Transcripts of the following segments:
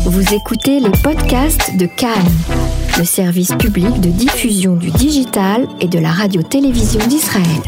Vous écoutez les podcasts de Cannes, le service public de diffusion du digital et de la radio-télévision d'Israël.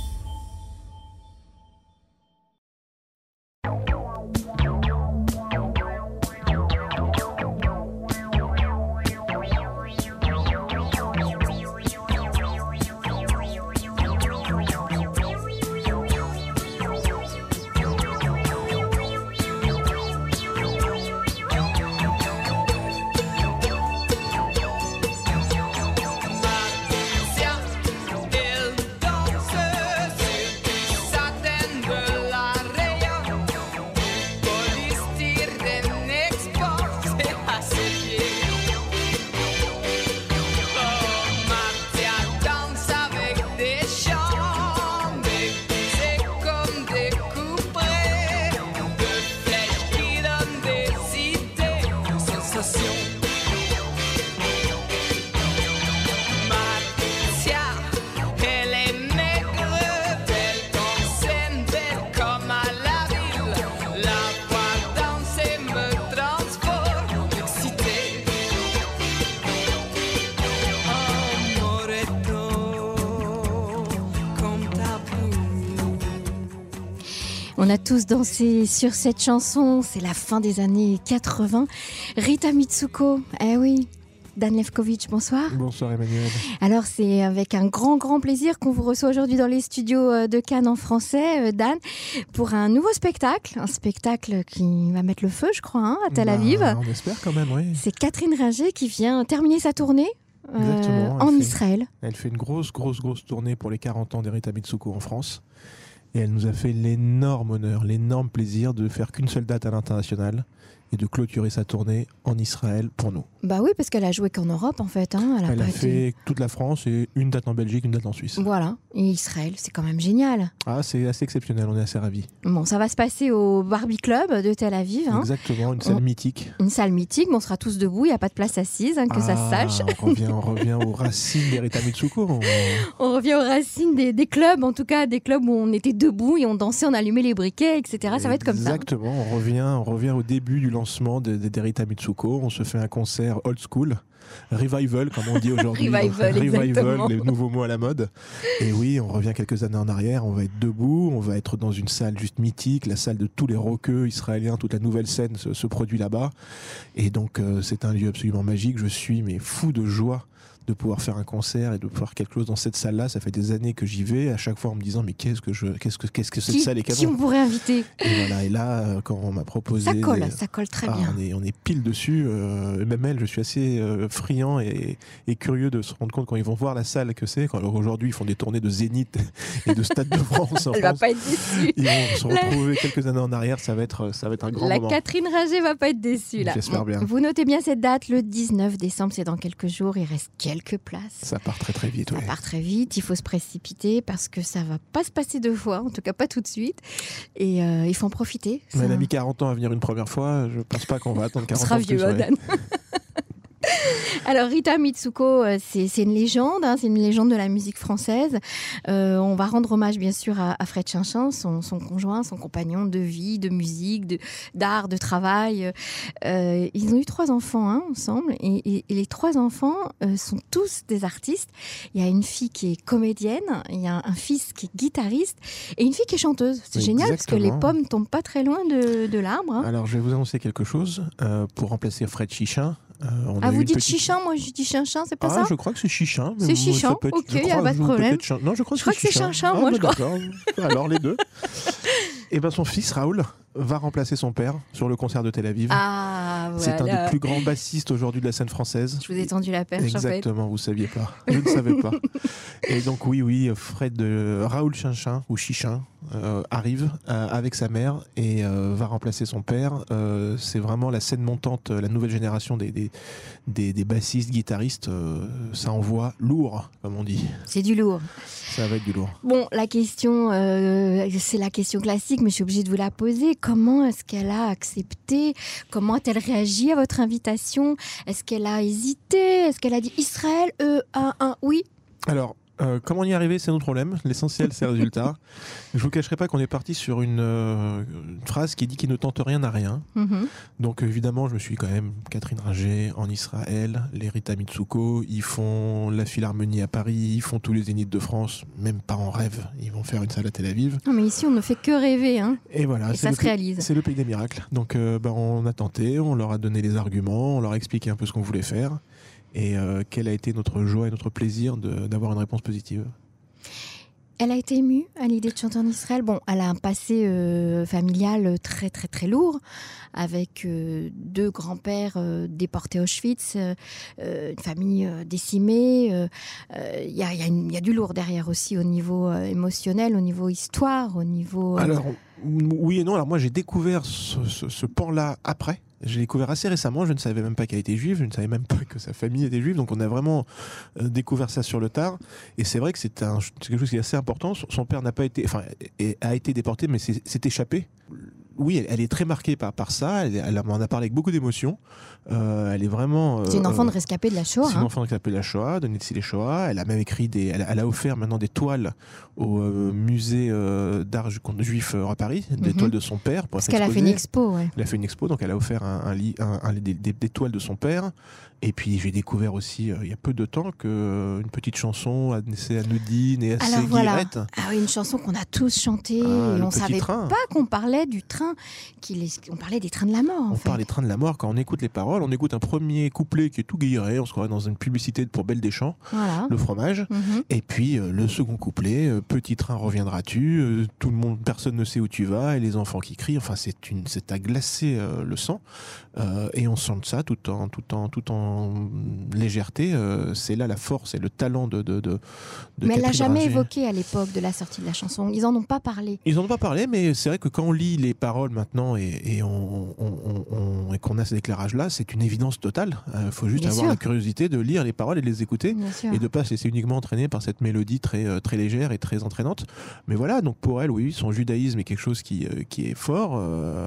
On a tous dansé sur cette chanson, c'est la fin des années 80. Rita Mitsuko, eh oui, Dan Lefkovitch, bonsoir. Bonsoir Emmanuel. Alors c'est avec un grand plaisir qu'on vous reçoit aujourd'hui dans les studios de Cannes en français, Dan, pour un nouveau spectacle, un spectacle qui va mettre le feu, je crois, à Tel Aviv. On espère quand même, oui. C'est Catherine Ringer qui vient terminer sa tournée en Israël. Elle fait une grosse tournée pour les 40 ans d'Rita Mitsuko en France. Et elle nous a fait l'énorme honneur, l'énorme plaisir de faire qu'une seule date à l'international et de clôturer sa tournée en Israël pour nous. Bah oui, parce qu'elle a joué qu'en Europe en fait. Elle a fait toute la France et une date en Belgique, une date en Suisse. Voilà, et Israël, c'est quand même génial. Ah, c'est assez exceptionnel, on est assez ravis. Bon, ça va se passer au Barbie Club de Tel Aviv. Exactement, une salle mythique. Une salle mythique, mais on sera tous debout, il n'y a pas de place assise, que ça se sache. On revient aux racines d'Rita Mitsuko. On revient aux racines des clubs, en tout cas des clubs où on était debout et on dansait, on allumait les briquets, etc. Ça va être comme ça. Exactement, on revient au début du lancement d'Rita Mitsuko. On se fait un concert old school. Revival, comme on dit aujourd'hui. Revival, les nouveaux mots à la mode. Et oui, on revient quelques années en arrière, on va être debout, on va être dans une salle juste mythique, la salle de tous les rockeux israéliens, toute la nouvelle scène se produit là-bas. Et donc, c'est un lieu absolument magique. Je suis fou de joie de pouvoir faire un concert et de pouvoir quelque chose dans cette salle-là. Ça fait des années que j'y vais, à chaque fois en me disant mais qu'est-ce que cette salle est canon. Qui on pourrait inviter. Et voilà, et là, quand on m'a proposé... Ça colle très bien. On est pile dessus. Même elle, je suis assez friand et curieux de se rendre compte quand ils vont voir la salle que c'est. Alors aujourd'hui, ils font des tournées de Zénith et de Stade de France. Elle va pas être déçue. Ils vont se retrouver quelques années en arrière. Ça va être un grand moment. La Catherine Ringer va pas être déçue. Là. J'espère bien. Vous notez bien cette date, le 19 décembre, c'est dans quelques jours. Il reste quelques places. Ça part très vite. Ça part très vite, il faut se précipiter parce que ça va pas se passer deux fois, en tout cas pas tout de suite. Et il faut en profiter. Mais elle a mis 40 ans à venir une première fois, je pense pas qu'on va attendre 40 ans. On sera vieux, Dan. Alors Rita Mitsuko, c'est une légende, c'est une légende de la musique française. On va rendre hommage bien sûr à Fred Chinchin, son conjoint, son compagnon de vie, de musique, d'art, de travail. Ils ont eu 3 enfants ensemble et les 3 enfants sont tous des artistes. Il y a une fille qui est comédienne, il y a un fils qui est guitariste et une fille qui est chanteuse. C'est génial parce que les pommes tombent pas très loin de l'arbre. Alors je vais vous annoncer quelque chose pour remplacer Fred Chinchin. Vous dites Chichin, moi je dis Chinchin, c'est pas ça? Je crois que c'est Chichin. C'est Chichin, ok, il n'y a pas de problème. Non, je crois que c'est Chinchin, moi je crois. Alors les deux. Et son fils Raoul va remplacer son père sur le concert de Tel Aviv. Ah, voilà. C'est un des plus grands bassistes aujourd'hui de la scène française. Je vous ai tendu la perche. Exactement, vous ne saviez pas. Je ne savais pas. Et donc oui, Raoul Chinchin ou Chichin arrive avec sa mère et va remplacer son père. C'est vraiment la scène montante, la nouvelle génération des bassistes, guitaristes. Ça envoie lourd, comme on dit. C'est du lourd. Ça va être du lourd. Bon, la question, c'est la question classique, mais je suis obligée de vous la poser. Comment est-ce qu'elle a accepté? Comment a-t-elle réagi à votre invitation? Est-ce qu'elle a hésité? Est-ce qu'elle a dit Israël, oui? Alors, Comment y arriver, c'est notre problème. L'essentiel, c'est le résultat. Je vous cacherai pas qu'on est parti sur une phrase qui dit qu'il ne tente rien à rien. Donc évidemment, je me suis quand même Catherine Ringer en Israël, les Rita Mitsuko, ils font la Philharmonie à Paris, ils font tous les Zéniths de France, même pas en rêve, ils vont faire une salle à Tel Aviv. Non, mais ici, on ne fait que rêver. Et voilà, et ça se réalise. C'est le pays des miracles. Donc on a tenté, on leur a donné les arguments, on leur a expliqué un peu ce qu'on voulait faire. Et quel a été notre joie et notre plaisir d'avoir une réponse positive. Elle a été émue à l'idée de chanter en Israël. Bon, elle a un passé familial très très très lourd, avec 2 grands-pères déportés à Auschwitz, une famille décimée. Il y a du lourd derrière aussi au niveau émotionnel, au niveau histoire, au niveau... Alors, oui et non. Alors moi, j'ai découvert ce pan-là après. J'ai découvert assez récemment, je ne savais même pas qu'elle était juive, je ne savais même pas que sa famille était juive, donc on a vraiment découvert ça sur le tard. Et c'est vrai que c'est quelque chose qui est assez important. Son père n'a pas été, enfin, a été déporté, mais s'est échappé. Oui, elle est très marquée par ça. Elle m'en a parlé avec beaucoup d'émotion. Elle est vraiment. C'est une enfant de rescapée de la Shoah. C'est une enfant de rescapée de la Shoah, de Netzile Shoah. Elle a même écrit elle a offert maintenant des toiles au musée d'art juif à Paris, des toiles de son père. Parce qu'elle a fait une expo, ouais. Elle a fait une expo, donc elle a offert des toiles de son père. Et puis j'ai découvert aussi, il y a peu de temps, qu'une petite chanson assez anodine et assez guillerette. Ah oui, une chanson qu'on a tous chantée. Et on ne savait pas qu'on parlait du train, on parlait des trains de la mort. On parle des trains de la mort. Quand on écoute les paroles, on écoute un premier couplet qui est tout guilleré. On se croirait dans une publicité pour Belle des Champs, le fromage. Et puis le second couplet, petit train reviendras-tu, tout le monde, personne ne sait où tu vas, et les enfants qui crient. Enfin, c'est à glacer le sang. Et on chante ça tout en légèreté. C'est là la force et le talent de Mais elle l'a jamais Ringer. évoqué à l'époque de la sortie de la chanson. Ils en ont pas parlé. Ils en ont pas parlé, mais c'est vrai que quand on lit les paroles maintenant et qu'on a ces éclairages-là, c'est une évidence totale. Il faut juste avoir la curiosité de lire les paroles et de les écouter, et de pas se laisser uniquement entraîner par cette mélodie très, très légère et très entraînante. Mais voilà, donc pour elle, oui, son judaïsme est quelque chose qui est fort.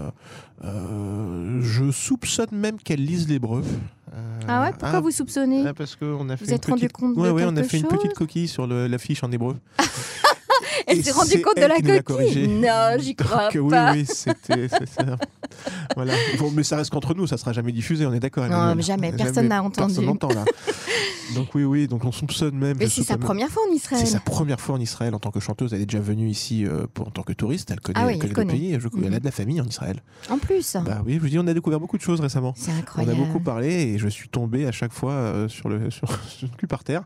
Je soupçonne même qu'elle lise l'hébreu. Ah ouais, pourquoi vous soupçonnez? Parce qu'on a fait vous êtes rendu compte de on a fait chose une petite coquille sur l'affiche en hébreu. Elle s'est rendue compte de la coquille? Non, j'y crois pas. Oui, c'était ça. Voilà. Bon, mais ça reste qu'entre nous, ça sera jamais diffusé, on est d'accord. Non, mais jamais, personne n'a entendu. Personne n'entend là. Donc oui, donc on soupçonne même. Mais c'est sa première fois en Israël. C'est sa première fois en Israël en tant que chanteuse. Elle est déjà venue ici en tant que touriste. Elle connaît, le pays. Elle a de la famille en Israël. En plus. Bah oui, je vous dis, on a découvert beaucoup de choses récemment. C'est incroyable. On a beaucoup parlé et je suis tombé à chaque fois sur le cul par terre.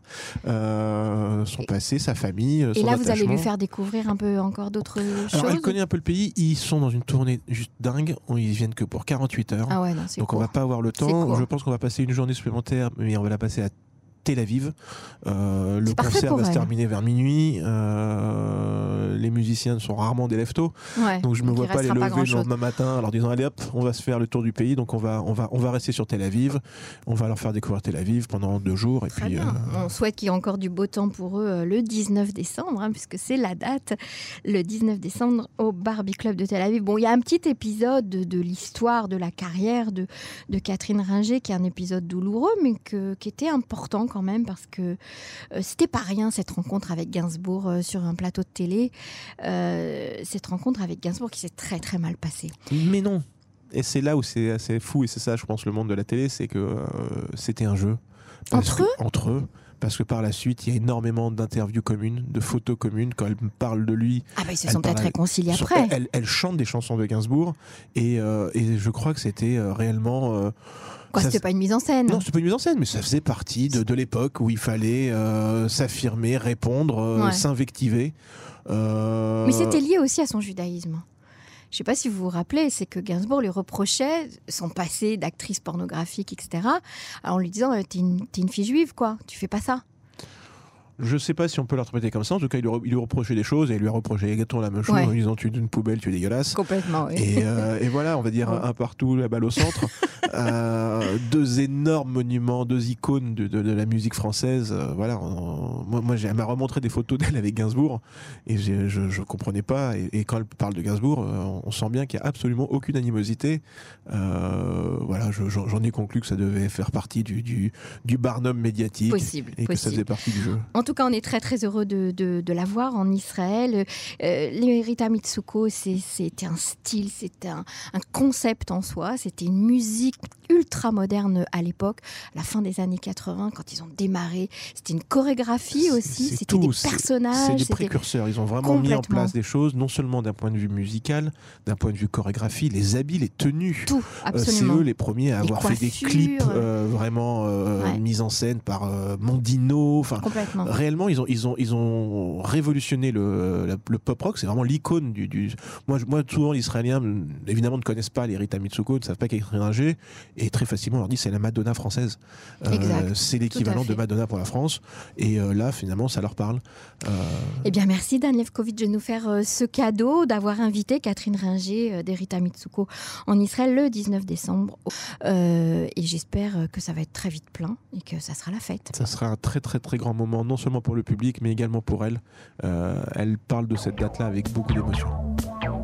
Son passé, sa famille. Et là, vous allez lui faire découvrir un peu encore d'autres choses. Alors, elle connaît un peu le pays. Ils sont dans une tournée juste dingue. Ils viennent que pour 48 heures. Ah ouais, non, c'est donc court. on va pas avoir le temps. Je pense qu'on va passer une journée supplémentaire, mais on va la passer à Tel Aviv. Le concert va se terminer vers minuit. Les musiciens sont rarement des leftos. Ouais, donc je me vois pas les lever le lendemain matin en leur disant allez hop, on va se faire le tour du pays. Donc on va rester sur Tel Aviv. On va leur faire découvrir Tel Aviv pendant 2 jours. Et très bien. On souhaite qu'il y ait encore du beau temps pour eux le 19 décembre, puisque c'est la date, le 19 décembre au Barbie Club de Tel Aviv. Bon, il y a un petit épisode de l'histoire, de la carrière de Catherine Ringer, qui est un épisode douloureux, mais qui était important quand même, parce que c'était pas rien cette rencontre avec Gainsbourg sur un plateau de télé. Cette rencontre avec Gainsbourg qui s'est très très mal passée. Mais non. Et c'est là où c'est assez fou, et c'est ça, je pense, le monde de la télé, c'est que c'était un jeu. Entre eux. Parce que par la suite, il y a énormément d'interviews communes, de photos communes. Quand elle parle de lui... Ah bah ils se sont peut-être réconciliés après. Elle chante des chansons de Gainsbourg. Et je crois que c'était réellement... c'était pas une mise en scène? Non, c'était pas une mise en scène, mais ça faisait partie de l'époque où il fallait s'affirmer, répondre, s'invectiver. Mais c'était lié aussi à son judaïsme. Je ne sais pas si vous vous rappelez, c'est que Gainsbourg lui reprochait son passé d'actrice pornographique, etc. En lui disant t'es une fille juive, quoi, tu fais pas ça. Je ne sais pas si on peut l'interpréter comme ça. En tout cas, il lui reprochait des choses, et il lui a reproché exactement la même chose en lui disant tu es une poubelle, tu es dégueulasse. Complètement, oui. Et voilà, on va dire un partout, la balle au centre. 2 énormes monuments, 2 icônes de la musique française. Voilà, elle m'a remontré des photos d'elle avec Gainsbourg, et je ne comprenais pas. Et quand elle parle de Gainsbourg, on sent bien qu'il n'y a absolument aucune animosité. Voilà, voilà, j'en ai conclu que ça devait faire partie du Barnum médiatique et que ça faisait partie du jeu. En tout cas, on est très très heureux de la voir en Israël. Les Rita Mitsuko, c'était un style, c'était un concept en soi, c'était une musique ultra moderne à l'époque, à la fin des années 80, quand ils ont démarré. C'était une chorégraphie aussi, c'était des personnages. C'est des précurseurs, ils ont vraiment mis en place des choses, non seulement d'un point de vue musical, d'un point de vue chorégraphie, les habits, les tenues. Tout, absolument. C'est eux les premiers à avoir fait des clips vraiment mis en scène par Mondino. Enfin, réellement, ils ont révolutionné le pop rock. C'est vraiment l'icône du. Moi, souvent, les Israéliens, évidemment, ne connaissent pas les Rita Mitsuko, ne savent pas Catherine Ringer, et très facilement, on leur dit c'est la Madonna française. C'est l'équivalent de Madonna pour la France. Et là, finalement, ça leur parle. Eh bien, merci Dan Lefkowitz de nous faire ce cadeau, d'avoir invité Catherine Ringer des Rita Mitsuko en Israël le 19 décembre. Et j'espère que ça va être très vite plein et que ça sera la fête. Ça sera un très très très grand moment, non seulement pour le public, mais également pour elle. Elle parle de cette date-là avec beaucoup d'émotion.